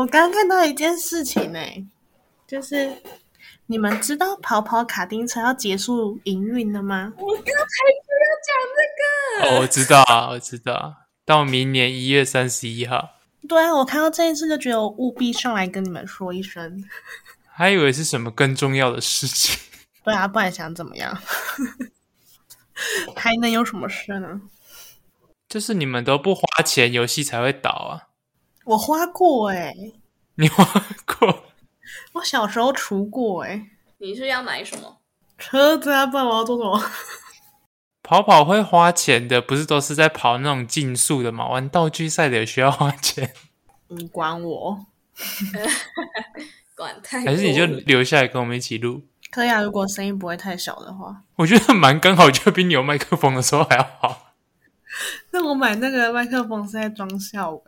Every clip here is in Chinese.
我刚看到一件事情就是你们知道跑跑卡丁车要结束营运了吗？ 我刚才就要讲这个。 我知道啊，我知道，到明年1月31号。 对啊，我看到这件事就觉得我务必上来跟你们说一声。 还以为是什么更重要的事情。 对啊，不然想怎么样？还能有什么事呢？ 就是你们都不花钱，游戏才会倒啊。 我花过你花过？ 我小时候除过你是要买什么？ 车子啊，不然我要做什么？ 跑跑会花钱的，不是都是在跑那种竞速的吗？玩道具赛的也需要花钱。 你管我？ 管太多了。 还是你就留下来跟我们一起录？ 可以啊，如果声音不会太小的话。 我觉得蛮刚好，就比你有麦克风的时候还要好。 那我买那个麦克风是在装效尾。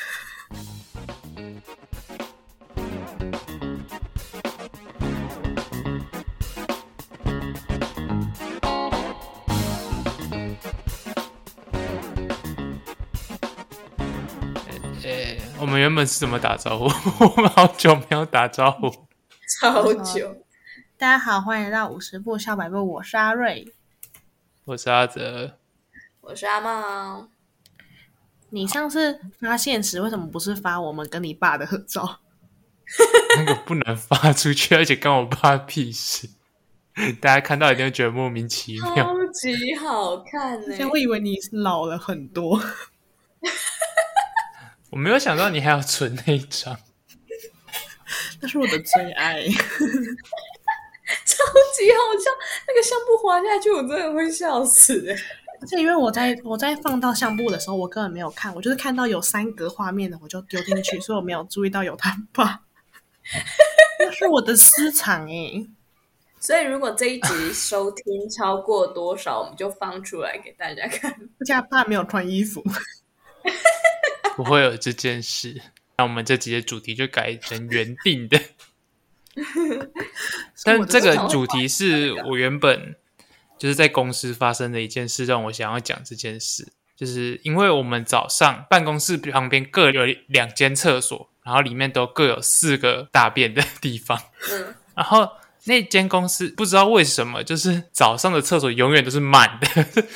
我们原本是怎么打招呼？我们好久没有打招呼， 超久。 大家好，欢迎来到50步笑百步，我是阿瑞， 我是阿哲， 我是阿茂。 你上次发现时为什么不是发我们跟你爸的合照？ 那个不能发出去，而且关我爸屁事。大家看到一定会觉得莫名其妙， 超级好看而且我以为你老了很多。 我没有想到你还要存那一张， 那是我的最爱。 超级好笑，那个相簿滑下去，我真的会笑死而且因为我在放到相簿的时候，我根本没有看，我就是看到有3格画面的，我就丢进去，所以我没有注意到有他爸。那是我的私藏所以如果这一集收听超过多少，我们就放出来给大家看。 而且他爸没有穿衣服。 不会有这件事。那我们这集的主题就改成原定的。但这个主题是我原本就是在公司发生的一件事，让我想要讲这件事。就是因为我们早上办公室旁边各有2间厕所，然后里面都各有4个大便的地方。然后那间公司不知道为什么，就是早上的厕所永远都是满的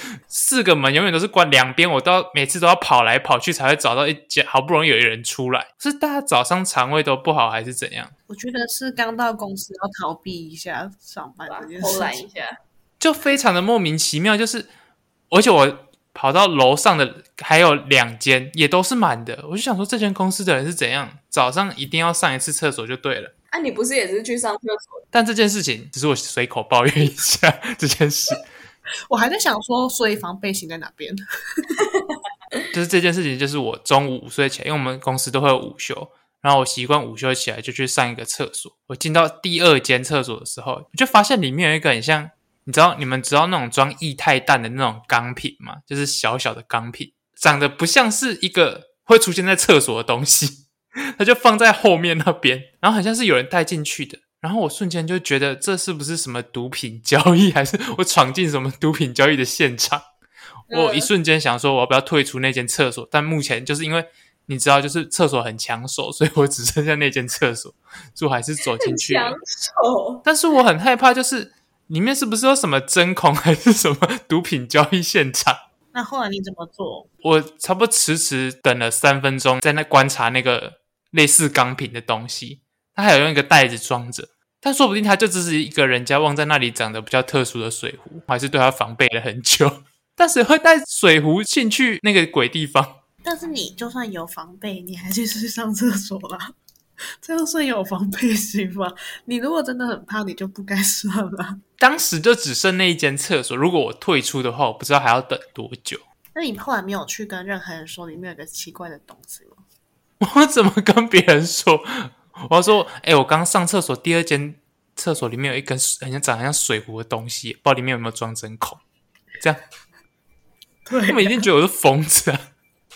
，4个门永远都是关，两边我每次都要跑来跑去才会找到一间，好不容易有人出来。是大家早上肠胃都不好还是怎样？ 我觉得是刚到公司要逃避一下上班这件事情， 偷懒一下， 就非常的莫名其妙。就是而且我跑到楼上的还有2间也都是满的，我就想说这间公司的人是怎样，早上一定要上一次厕所就对了。 你不是也是去上厕所？ 但这件事情只是我随口抱怨一下这件事。 我还在想说，所以防备心在哪边？ 就是这件事情，就是我中午午睡起来，因为我们公司都会有午休，然后我习惯午休起来就去上一个厕所。我进到第2间厕所的时候，我就发现里面有一个很像，你们知道那种装液态氮的那种钢瓶吗？就是小小的钢瓶，长得不像是一个会出现在厕所的东西。它就放在后面那边，然后好像是有人带进去的，然后我瞬间就觉得这是不是什么毒品交易，还是我闯进什么毒品交易的现场？我一瞬间想说我要不要退出那间厕所，但目前就是因为你知道就是厕所很抢手，所以我只剩下那间厕所，所以我还是走进去了。 抢手， 但是我很害怕，就是里面是不是有什么针孔还是什么毒品交易现场？ 那后来你怎么做？ 我差不多迟等了3分钟，在那观察那个类似钢瓶的东西，他还有用一个袋子装着，但说不定他就只是一个人家忘在那里长得比较特殊的水壶，我还是对他防备了很久。但谁会带水壶进去那个鬼地方？ 但是你就算有防备，你还是去上厕所啦，这样算有防备心吗？你如果真的很怕，你就不该上啦。 当时就只剩那一间厕所，如果我退出的话，我不知道还要等多久。 那你后来没有去跟任何人说里面有个奇怪的东西吗？ 我怎么跟别人说？我要说，我刚上厕所，第2间厕所里面有一根长得像水壶的东西，不知道里面有没有装针孔。这样， 对， 他们一定觉得我是疯子啊！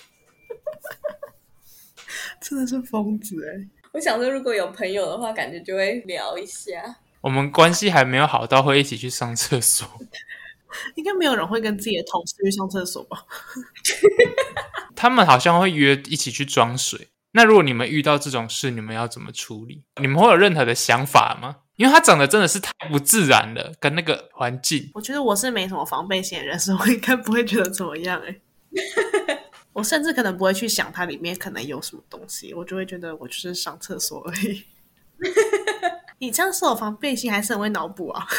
真的是疯子我想说，如果有朋友的话，感觉就会聊一下。 我们关系还没有好到会一起去上厕所。 应该没有人会跟自己的同事去上厕所吧？ 他们好像会约一起去装水， 那如果你们遇到这种事，你们要怎么处理？你们会有任何的想法吗？因为它长得真的是太不自然了，跟那个环境。 我觉得我是没什么防备心的人，所以我应该不会觉得怎么样我甚至可能不会去想它里面可能有什么东西，我就会觉得我就是上厕所而已。你这样是有防备心，还是很会脑补啊？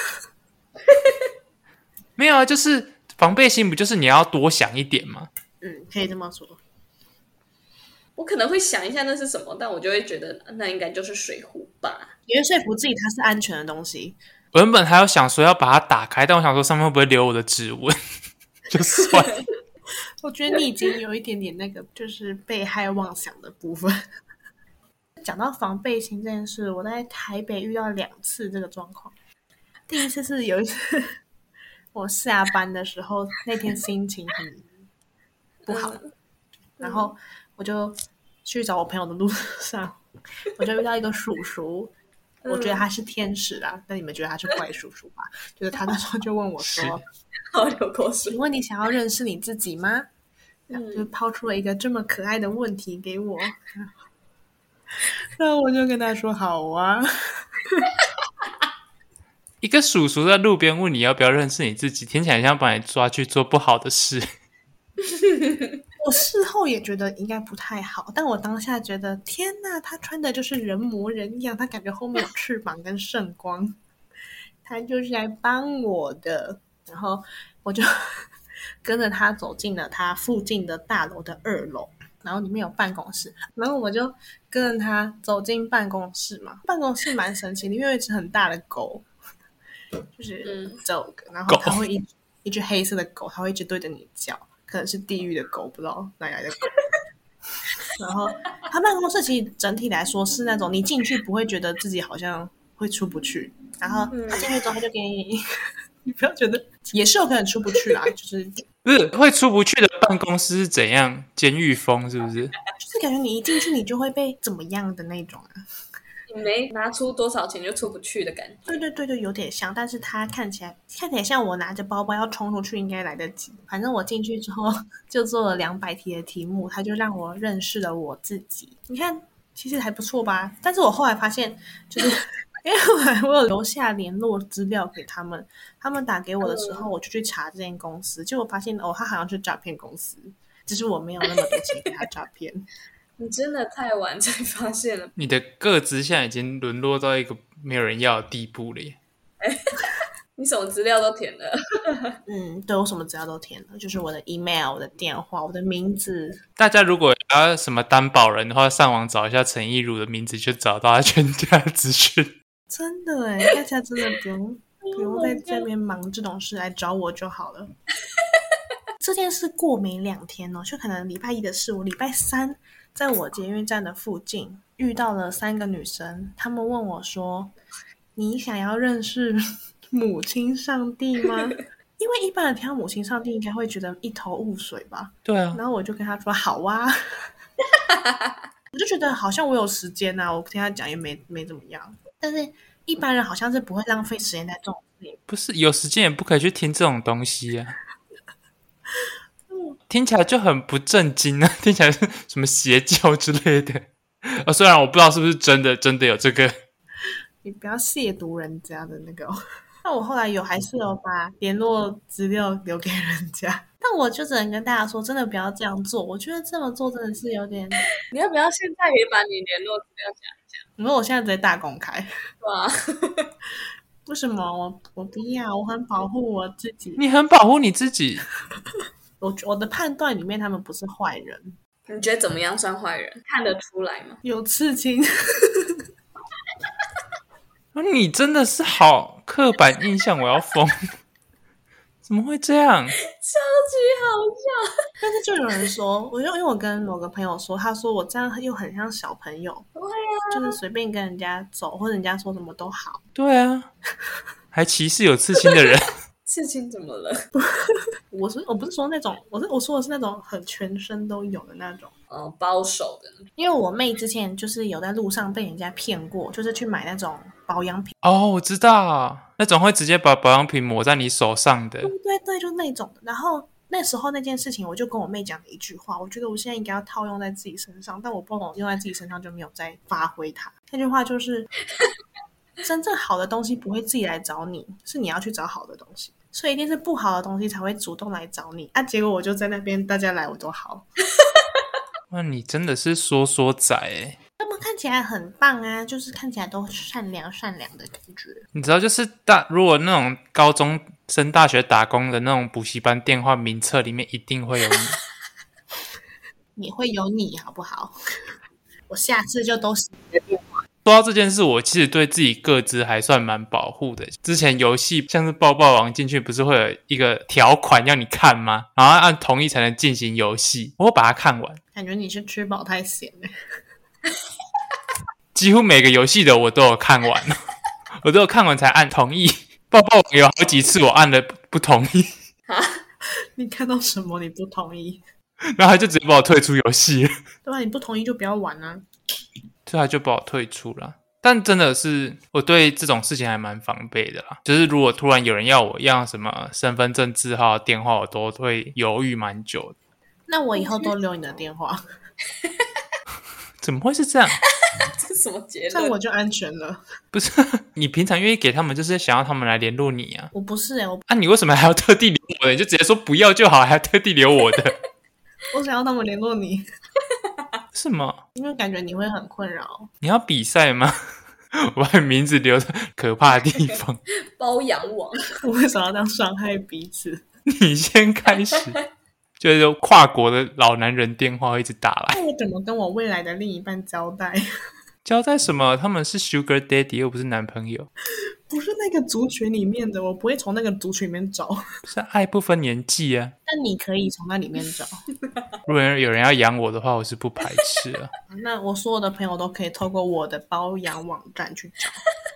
没有啊，就是防备心不就是你要多想一点吗？ 可以这么说。 我可能会想一下那是什么，但我就会觉得那应该就是水壶吧。 你会说服自己它是安全的东西。 我原本还有想说要把它打开，但我想说上面会不会留我的指纹，就算了。 我觉得你已经有一点点那个就是被害妄想的部分。讲到防备心这件事，我在台北遇到2次这个状况。第一次是有一次我下班的时候，那天心情很不好，然后我就去找我朋友的路上，我就遇到一个叔叔，我觉得他是天使啊，但你们觉得他是怪叔叔吧？就是他那时候就问我说：“ 好流口水。 请问你想要认识你自己吗？”就抛出了一个这么可爱的问题给我，然后我就跟他说：“好啊。” 一个叔叔在路边问你要不要认识你自己，听起来像把你抓去做不好的事。 我事后也觉得应该不太好，但我当下觉得天哪，他穿的就是人模人样，他感觉后面有翅膀跟圣光，他就是来帮我的。然后我就跟着他走进了他附近的大楼的2楼，然后里面有办公室，然后我就跟着他走进办公室嘛。办公室蛮神奇的，因为有一只很大的狗，就是走，然后它会一只黑色的狗，它会一直对着你叫，可能是地狱的狗，不知道哪来的狗。然后它办公室其实整体来说是那种你进去不会觉得自己好像会出不去，然后他进去之后他就给你你不要觉得也是有可能出不去啦，就是不是会出不去的办公室是怎样？监狱风是不是？ 就是感觉你一进去你就会被怎么样的那种啊。 你没拿出多少钱就出不去的感觉。 对对对对，有点像，但是它看起来像我拿着包包要冲出去应该来得及。反正我进去之后就做了200题的题目，他就让我认识了我自己。你看，其实还不错吧？但是我后来发现，就是因为后来我有留下联络资料给他们，他们打给我的时候，我就去查这间公司，结果发现他好像是诈骗公司，只是我没有那么多钱给他诈骗。 你真的太晚才发现了。 你的个资现在已经沦落到一个没有人要的地步了耶。 你什么资料都填了。 对，我什么资料都填了，就是我的 email、我的电话、我的名字。 大家如果要什么担保人的话，上网找一下陈亦儒的名字，就找到他全家的资讯。 真的耶，大家真的不用在这边忙这种事，来找我就好了。这件事过没2天就可能礼拜1的事，我礼拜3在我捷运站的附近遇到了3个女生，她们问我说：“你想要认识母亲上帝吗？”因为一般人听到母亲上帝应该会觉得一头雾水吧。 对啊， 然后我就跟她说：“好啊。”我就觉得好像我有时间啊，我听她讲也没怎么样。但是一般人好像是不会浪费时间在这种事情。 不是有时间也不可以去听这种东西啊。听起来就很不正经啊，听起来是什么邪教之类的。虽然我不知道是不是真的有这个。 你不要亵渎人家的那个。那我后来还是有把联络资料留给人家，但我就只能跟大家说，真的不要这样做。我觉得这么做真的是有点。 你要不要现在也把你联络资料讲一讲？ 因为我现在直接大公开。 对啊。 为什么我不要？我很保护我自己。 你很保护你自己。 我的判断里面他们不是坏人。 你觉得怎么样算坏人？看得出来吗？ 有刺青。 你真的是好刻板印象，我要疯。怎么会这样？ 超级好笑。 但是就有人说，因为我跟某个朋友说，他说我这样又很像小朋友。 对啊， 就是随便跟人家走，或者人家说什么都好。 对啊，还歧视有刺青的人。 刺青怎么了？ 我不是说那种，我说的是那种很全身都有的那种。 包手的。 因为我妹之前就是有在路上被人家骗过，就是去买那种保养品。 我知道，那种会直接把保养品抹在你手上的。 对，就那种的。然后那时候那件事情，我就跟我妹讲了一句话，我觉得我现在应该要套用在自己身上，但我不懂用在自己身上就没有再发挥它。那句话就是真正好的东西不会自己来找你，是你要去找好的东西，所以一定是不好的东西才会主动来找你啊！结果我就在那边，大家来我都好。 哇，你真的是说仔欸。 他们看起来很棒啊，就是看起来都善良的感觉。 你知道，就是如果那种高中升大学打工的那种补习班电话名册里面一定会有你。 你会有你好不好？我下次就都写你的电话。 说到这件事，我其实对自己个资还算蛮保护的。之前游戏像是爆爆王进去，不是会有一个条款要你看吗？然后按同意才能进行游戏。我会把它看完。 感觉你是吃饱太闲了。 几乎每个游戏的我都有看完，我都有看完才按同意。爆爆王有好几次我按了不同意。 你看到什么你不同意？ 然后他就直接把我退出游戏了。 对啊，你不同意就不要玩啊。 所以他就把我退出了。但真的是我对这种事情还蛮防备的啦，就是如果突然有人要我要什么身份证字号电话，我都会犹豫蛮久的。 那我以后都留你的电话。 怎么会是这样？ 这什么结论？ 这样我就安全了。 不是你平常愿意给他们，就是想要他们来联络你啊。 我不是你为什么还要特地留我的？你就直接说不要就好，还要特地留我的。 我想要他们联络你。 是吗？ 因为感觉你会很困扰。 你要比赛吗？我把名字留在可怕的地方。 包养网。 我为什么要这样伤害彼此？ 你先开始。就是跨国的老男人电话会一直打来。 那我怎么跟我未来的另一半交代？ 交代什么？他们是 Sugar Daddy 又不是男朋友。 不是那个族群里面的，我不会从那个族群里面找。 是爱不分年纪啊。 但你可以从那里面找。 如果有人要养我的话，我是不排斥啊。 那我所有的朋友都可以透过我的包养网站去找。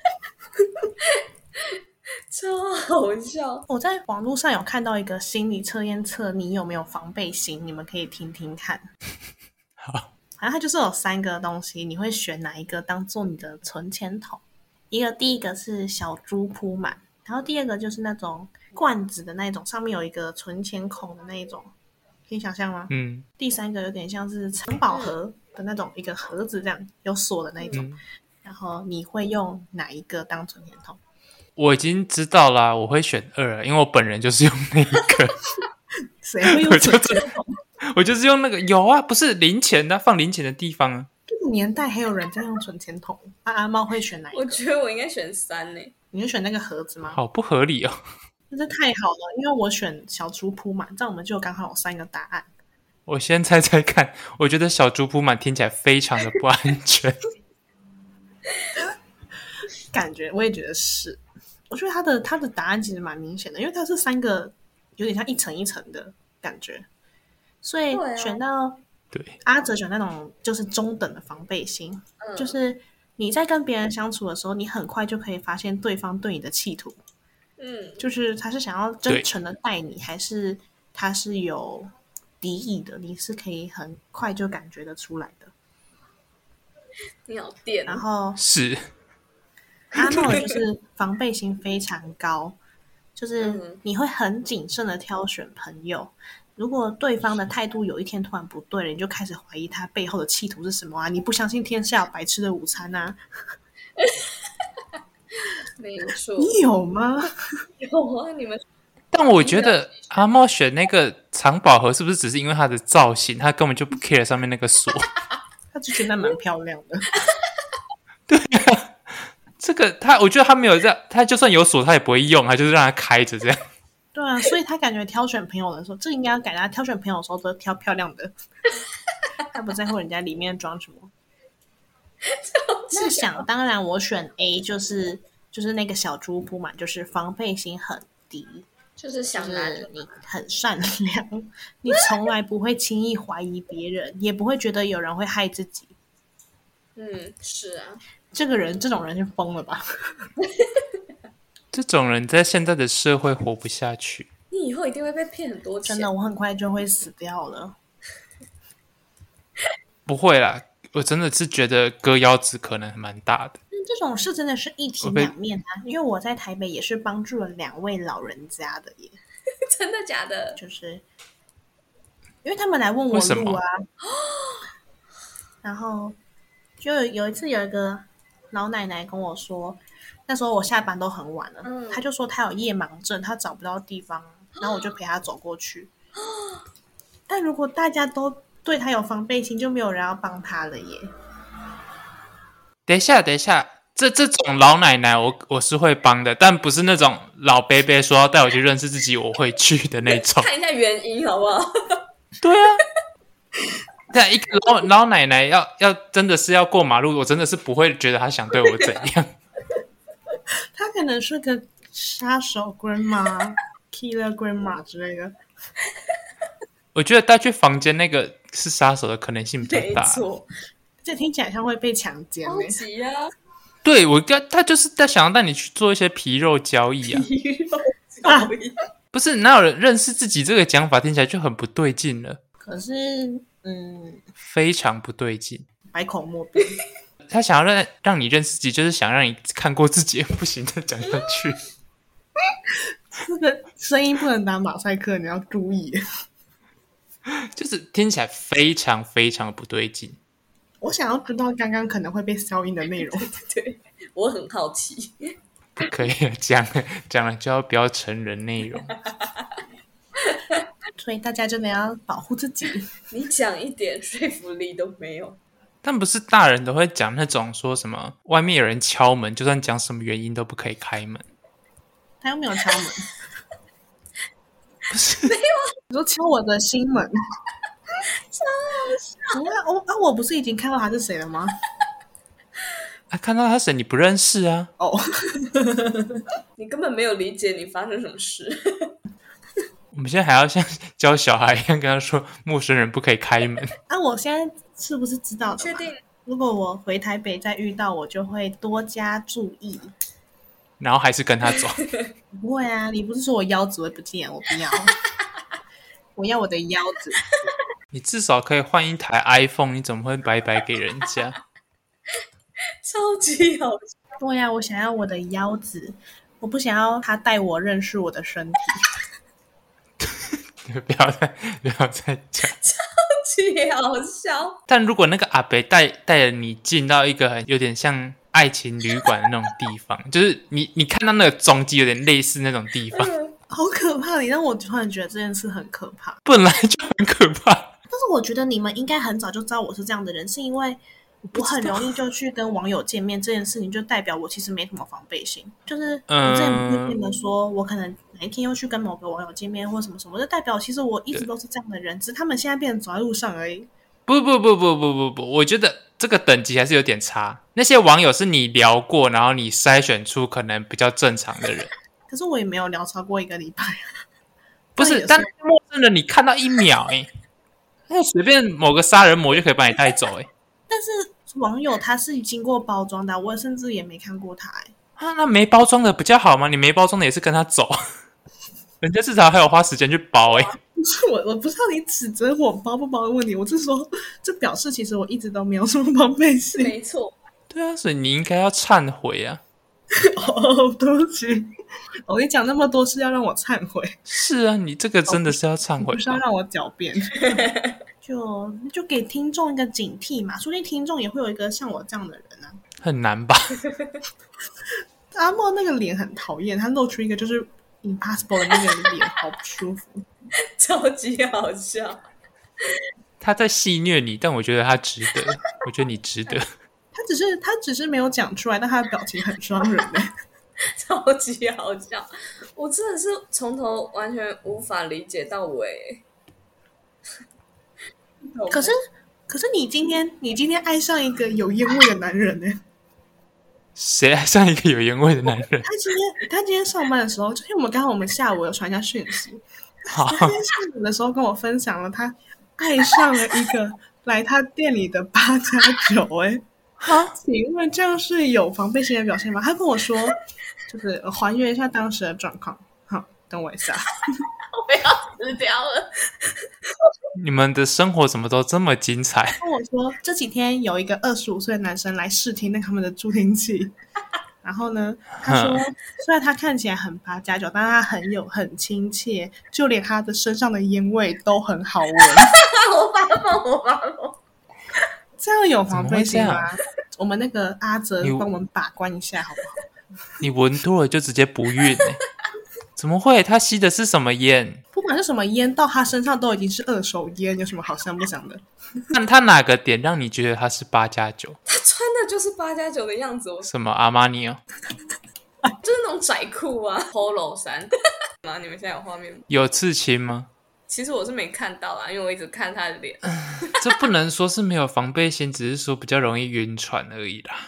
超好笑！ 我在网络上有看到一个心理测验，测你有没有防备心，你们可以听听看。 好， 反正它就是有3个东西，你会选哪一个当做你的存钱筒？第一个是小猪铺满，然后第二个就是那种罐子的那种，上面有一个存钱孔的那一种，可以想象吗？第3个有点像是藏宝盒的那种，一个盒子这样有锁的那一种。然后你会用哪一个当存钱筒？ 我已经知道啦，我会选2，因为我本人就是用那一个。 谁会用存钱筒？ 我就是用那个，有啊，不是零钱的，放零钱的地方啊。 这个年代还有人在用存钱筒？阿猫会选哪一个？ 我觉得我应该选3呢。 你会选那个盒子吗？ 好不合理哦。 这太好了，因为我选小猪铺满，这样我们就刚好有3个答案。 我先猜猜看，我觉得小猪铺满听起来非常的不安全。 感觉我也觉得是。我觉得他的答案其实蛮明显的，因为它是3个有点像一层一层的感觉，所以选到阿哲选那种就是中等的防备心，就是你在跟别人相处的时候，你很快就可以发现对方对你的企图，就是他是想要真诚的待你，还是他是有敌意的，你是可以很快就感觉得出来的。 你好电， 然后是阿诺就是防备心非常高，就是你会很谨慎的挑选朋友。如果对方的态度有一天突然不对了，你就开始怀疑他背后的企图是什么啊？你不相信天下有白吃的午餐啊？ 没错， 你有吗？ 有啊，你们。 但我觉得阿猫选那个藏宝盒是不是只是因为它的造型，他根本就不 care 上面那个锁？ 他就觉得蛮漂亮的。 对啊。这个我觉得他没有这样，他就算有锁他也不会用，他就是让他开着这样。 对啊，所以他感觉挑选朋友的时候，这应该要改他挑选朋友的时候都挑漂亮的，他不在乎人家里面装什么。那想当然，我选 A 就是那个小猪铺满，就是防备心很低， 就是想就是你很善良，你从来不会轻易怀疑别人，也不会觉得有人会害自己。 是啊。 这种人就疯了吧？ 这种人在现在的社会活不下去。 你以后一定会被骗很多钱。 真的，我很快就会死掉了。 不会啦，我真的是觉得割腰子可能蛮大的。 这种事真的是一体两面啊！因为我在台北也是帮助了2位老人家的耶。 真的假的？ 就是因为他们来问我为什么路啊，然后就有一次有一个老奶奶跟我说，那时候我下班都很晚了，她就说她有夜盲症，她找不到地方，然后我就陪她走过去。但如果大家都对她有防备心，就没有人要帮她了耶。 等一下，这种老奶奶我是会帮的，但不是那种老伯伯说要带我去认识自己，我会去的那种。 看一下原因好不好？ 对啊，但一个老奶奶要真的是要过马路，我真的是不会觉得她想对我怎样。 她可能是个杀手 grandma、killer grandma 之类的。 我觉得带去房间那个是杀手的可能性比较大。 没错， 这听起来像会被强奸超级啊！ 对，他就是在想要带你去做一些皮肉交易啊。 皮肉交易， 不是哪有人认识自己这个讲法听起来就很不对劲了。 可是非常不对劲， 百口莫辩。 他想要让你认识自己，就是想让你看过自己，不行再讲下去。 这个声音不能打马赛克，你要注意。 就是听起来非常非常不对劲。 我想要知道刚刚可能会被消音的内容。 对，我很好奇。 不可以讲了就要不要成人内容。 所以大家真的要保护自己。 你讲一点说服力都没有。 但不是大人都会讲那种说什么外面有人敲门，就算讲什么原因都不可以开门。 他又没有敲门。 不是， 没有啊， 你说敲我的心门。 超好笑。我不是已经看到他是谁了吗？ 看到他谁你不认识啊？ 哦， 你根本没有理解你发生什么事。 我们现在还要像教小孩一样跟他说陌生人不可以开门。 我现在是不是知道的？ 确定？ 如果我回台北再遇到，我就会多加注意。 然后还是跟他走。 不会啊，你不是说我腰子会不见？我不要。我要我的腰子。 你至少可以换一台 iPhone， 你怎么会白白给人家？ 超级好笑。 对啊，我想要我的腰子，我不想要他带我认识我的身体。 不要再讲， 超级好笑。 但如果那个阿伯带着你进到一个有点像爱情旅馆的那种地方，就是你看到那个踪迹有点类似那种地方， 好可怕！你让我突然觉得这件事很可怕， 本来就很可怕。 但是我觉得你们应该很早就知道我是这样的人，是因为我很容易就去跟网友见面，这件事情就代表我其实没什么防备心。就是我之前不是跟你们说，我可能哪一天又去跟某个网友见面或什么什么，就代表其实我一直都是这样的人，只是他们现在变成走在路上而已。 不，我觉得这个等级还是有点差。那些网友是你聊过，然后你筛选出可能比较正常的人。 可是我也没有聊超过1个礼拜。 不是，但陌生人你看到1秒那随便某个杀人魔就可以把你带走但是网友他是经过包装的，我甚至也没看过他那没包装的比较好吗？你没包装的也是跟他走，人家至少还有花时间去包不是我不知道你指责我包不包的问题，我是说这表示其实我一直都没有什么防备心。 没错。 对啊，所以你应该要忏悔啊。 对不起，我跟你讲那么多是要让我忏悔。 是啊，你这个真的是要忏悔， 不是要让我狡辩。就给听众一个警惕嘛，说不定听众也会有一个像我这样的人啊。 很难吧？ 阿莫那个脸很讨厌，他露出一个就是 impossible 的那个脸，好不舒服。 超级好笑。 他在戏虐你，但我觉得他值得。我觉得你值得。 他只是没有讲出来，但他的表情很伤人超级好笑。我真的是从头完全无法理解到尾。 可是你今天爱上一个有烟味的男人呢？ 谁爱上一个有烟味的男人？ 他今天上班的时候，就因为我们下午有传一下讯息， 好， 他今天下午的时候跟我分享了他爱上了一个来他店里的8+9请问这样是有防备心的表现吗？他跟我说，就是还原一下当时的状况。好，等我一下。 我要死掉了。 你们的生活怎么都这么精彩？ 跟我说这几天有一个25岁的男生来试听那他们的助听器， 然后呢，他说虽然他看起来很8+9，但是他很亲切，就连他的身上的烟味都很好闻。 我发疯，我发疯。 这样有防备心吗怎么会？ 我们那个阿泽帮我们把关一下好不好？ 你闻多了就直接不孕怎么会？他吸的是什么烟？ 不管是什么烟，到他身上都已经是2手烟，有什么好香不香的？ 那他哪个点让你觉得他是8+9？ 他穿的就是8+9的样子， 什么阿玛尼哦？ 就是那种窄裤啊，polo 衫。你们现在有画面吗？ 有刺青吗？ 其实我是没看到啦，因为我一直看他的脸。 这不能说是没有防备心，只是说比较容易晕船而已啦。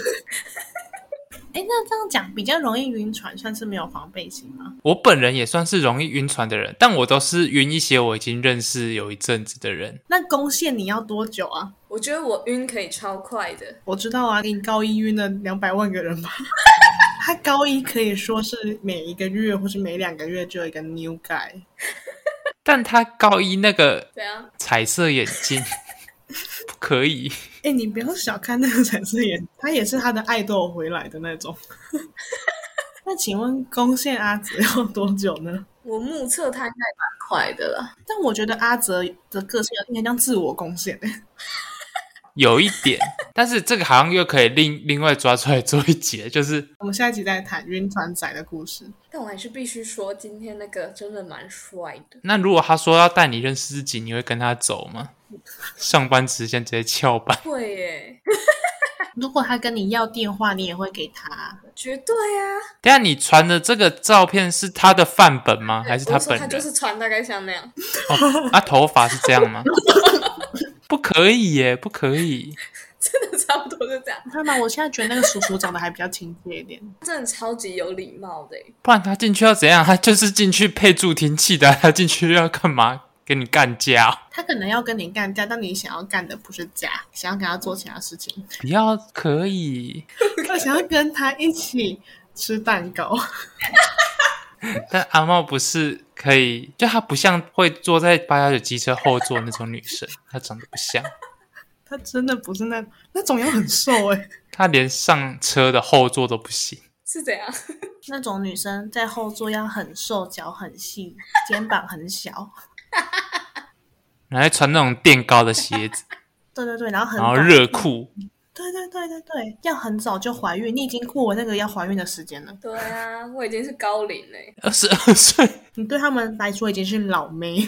那这样讲比较容易晕船，算是没有防备心吗？ 我本人也算是容易晕船的人，但我都是晕一些我已经认识有一阵子的人。 那攻陷你要多久啊？ 我觉得我晕可以超快的。 我知道啊，你高一晕了200万个人吧？他高一可以说是每1个月或是每2个月就有一个 new guy。 但他高一那个对啊， 彩色眼镜不可以。 你不要小看那个彩色眼，他也是他的爱豆回来的那种。那请问攻陷阿泽要多久呢？ 我目测他应该蛮快的啦。 但我觉得阿泽的个性有点像自我攻陷有一点，但是这个好像又可以另外抓出来做一集，就是我们下一集再谈晕船仔的故事。 但我还是必须说，今天那个真的蛮帅的。 那如果他说要带你认识自己，你会跟他走吗？上班时间直接翘班？ 会耶， 如果他跟你要电话，你也会给他？ 绝对啊！ 等一下你传的这个照片是他的范本吗？还是他本人？ 他就是穿大概像那样。 头发是这样吗？不可以耶，不可以。 真的差不多就这样。 看吧，我现在觉得那个叔叔长得还比较亲切一点。 真的超级有礼貌的耶。 不然他进去要怎样？他就是进去配助听器的，他进去要干嘛？跟你干架？ 他可能要跟你干架，但你想要干的不是架，想要跟他做其他事情。 不要，可以。 我想要跟他一起吃蛋糕。 但阿茂不是可以，就她不像会坐在8+9机车后座那种女生，她长得不像。 他真的不是那种要很瘦她连上车的后座都不行。 是怎样？ 那种女生在后座要很瘦，脚很细，肩膀很小。 然后穿那种垫高的鞋子， 对对对，然后然后热裤。 对对对对对，要很早就怀孕，你已经过了那个要怀孕的时间了。 对啊，我已经是高龄嘞。 22岁， 你对他们来说已经是老妹。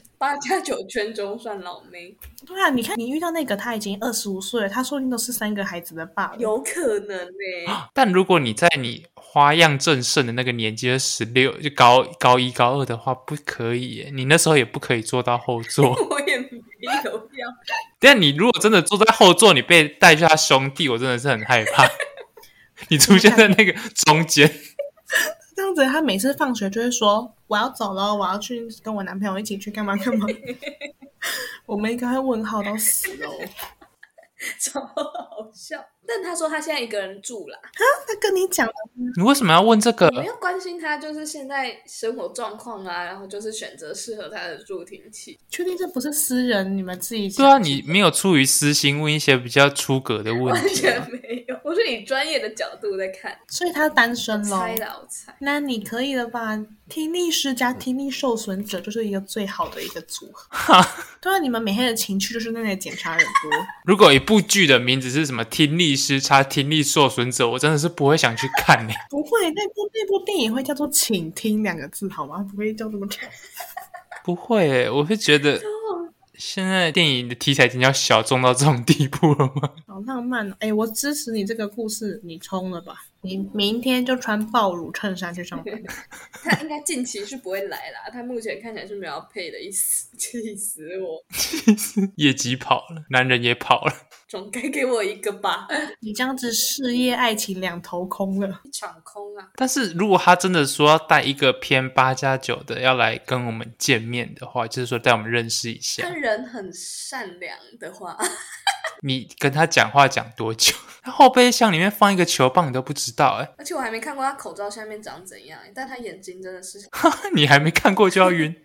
8+9圈中算老妹。 对啊，你看你遇到那个他已经25岁了，他说不定都是3个孩子的爸了。 有可能嘞。 但如果你在你花样正盛的那个年纪，16就高一高二的话，不可以耶。你那时候也不可以坐到后座。 我也没有要。 但你如果真的坐在后座，你被带去他兄弟，我真的是很害怕。你出现在那个中间。 这样子他每次放学就会说我要走了，我要去跟我男朋友一起去干嘛干嘛。我们应该会问号到死哦。 超好笑。但他说他现在一个人住啦。 他跟你讲了， 你为什么要问这个我？们要关心他就是现在生活状况啊，然后就是选择适合他的助听器。 确定这不是私人，你们自己对啊，你没有出于私心问一些比较出格的问完题。 全没有，我是以专业的角度在看。 所以他单身咯。 猜啦，我猜。 那你可以了吧？听力师加听力受损者就是一个最好的一个组合。对啊，你们每天的情趣就是那里检查耳朵。 如果一部剧的名字是什么听力师差听力受损者，我真的是不会想去看耶。 不会，那部电影会叫做请听2个字好吗？不会叫这么长。 不会耶，我会觉得现在电影的题材已经要小众到这种地步了吗？ 好浪漫哦！我支持你这个故事，你冲了吧！你明天就穿暴乳衬衫去上班。 他应该近期是不会来啦，他目前看起来是没有要配的意思。气死我！ 业绩跑了，男人也跑了。 总该给我一个吧。 你这样子事业爱情2头空了。 一场空啊。 但是如果他真的说要带一个偏8+9的要来跟我们见面的话，就是说带我们认识一下他，人很善良的话。 你跟他讲话讲多久？他后备箱里面放一个球棒，你都不知道哎。 而且我还没看过他口罩下面长怎样，但他眼睛真的是。 你还没看过就要晕？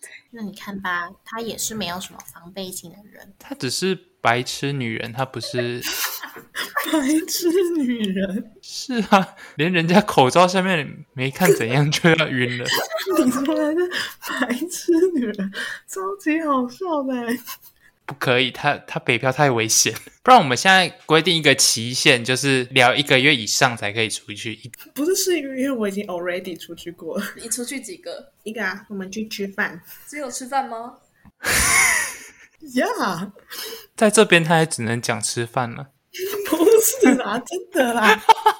那你看吧，她也是没有什么防备心的人。 她只是白痴女人，她不是。 白痴女人， 是啊，连人家口罩下面没看怎样就要晕了。 你说的是白痴女人，超级好笑的。 不可以，他北漂太危险，不然我们现在规定一个期限，就是聊1个月以上才可以出去。 不是因为我已经 already 出去过了。 你出去几个？ 一个啊，我们去吃饭。 只有吃饭吗？ 呀， 在这边他也只能讲吃饭了。 不是啦，真的啦，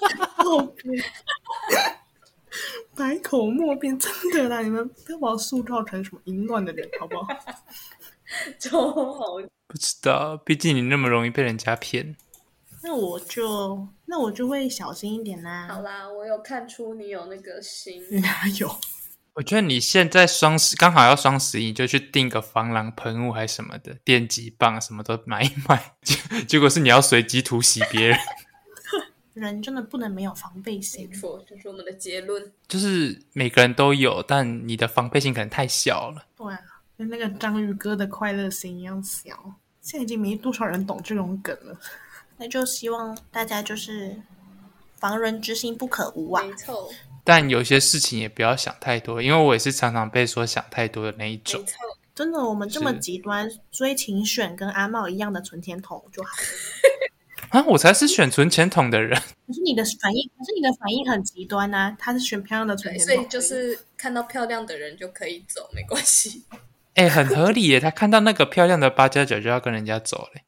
百口莫辩，真的啦，你们不要把我塑造成什么淫乱的人，好不好？ 超好。 不知道，毕竟你那么容易被人家骗。 那我就会小心一点啦。 好啦，我有看出你有那个心。 哪有？ 我觉得你现在刚好要双11，你就去订个防狼喷雾还是什么的，电击棒什么都买一买，结果是你要随机突袭别人。 人真的不能没有防备心。 没错，这是我们的结论。 就是每个人都有，但你的防备心可能太小了。 对啊，跟那个章鱼哥的快乐心一样小。现在已经没多少人懂这种梗了。那就希望大家就是防人之心不可无啊。 没错， 但有些事情也不要想太多，因为我也是常常被说想太多的那一种没。错。 真的，我们这么极端，追情选跟阿茂一样的存钱筒就好了。 啊，我才是选存钱筒的人。 可是你的反应很极端啊，他是选漂亮的存对， 钱筒， 所以就是看到漂亮的人就可以走，没关系。 哎，很合理耶，他看到那个漂亮的8+9就要跟人家走嘞。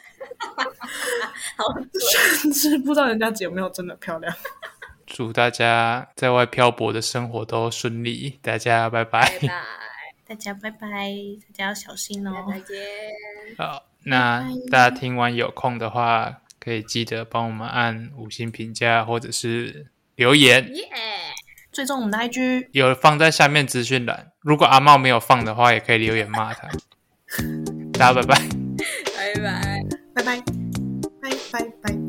好， 甚至不知道人家有没有真的漂亮。 祝大家在外漂泊的生活都顺利，大家拜拜。 拜拜， 大家拜拜，大家要小心哦。 再见。 好，那大家听完有空的话，可以记得帮我们按5星评价或者是留言， 耶！ 追踪我们的 IG， 有放在下面资讯栏。如果阿茂没有放的话，也可以留言骂他。大家拜拜。 拜拜。 拜拜，拜拜拜。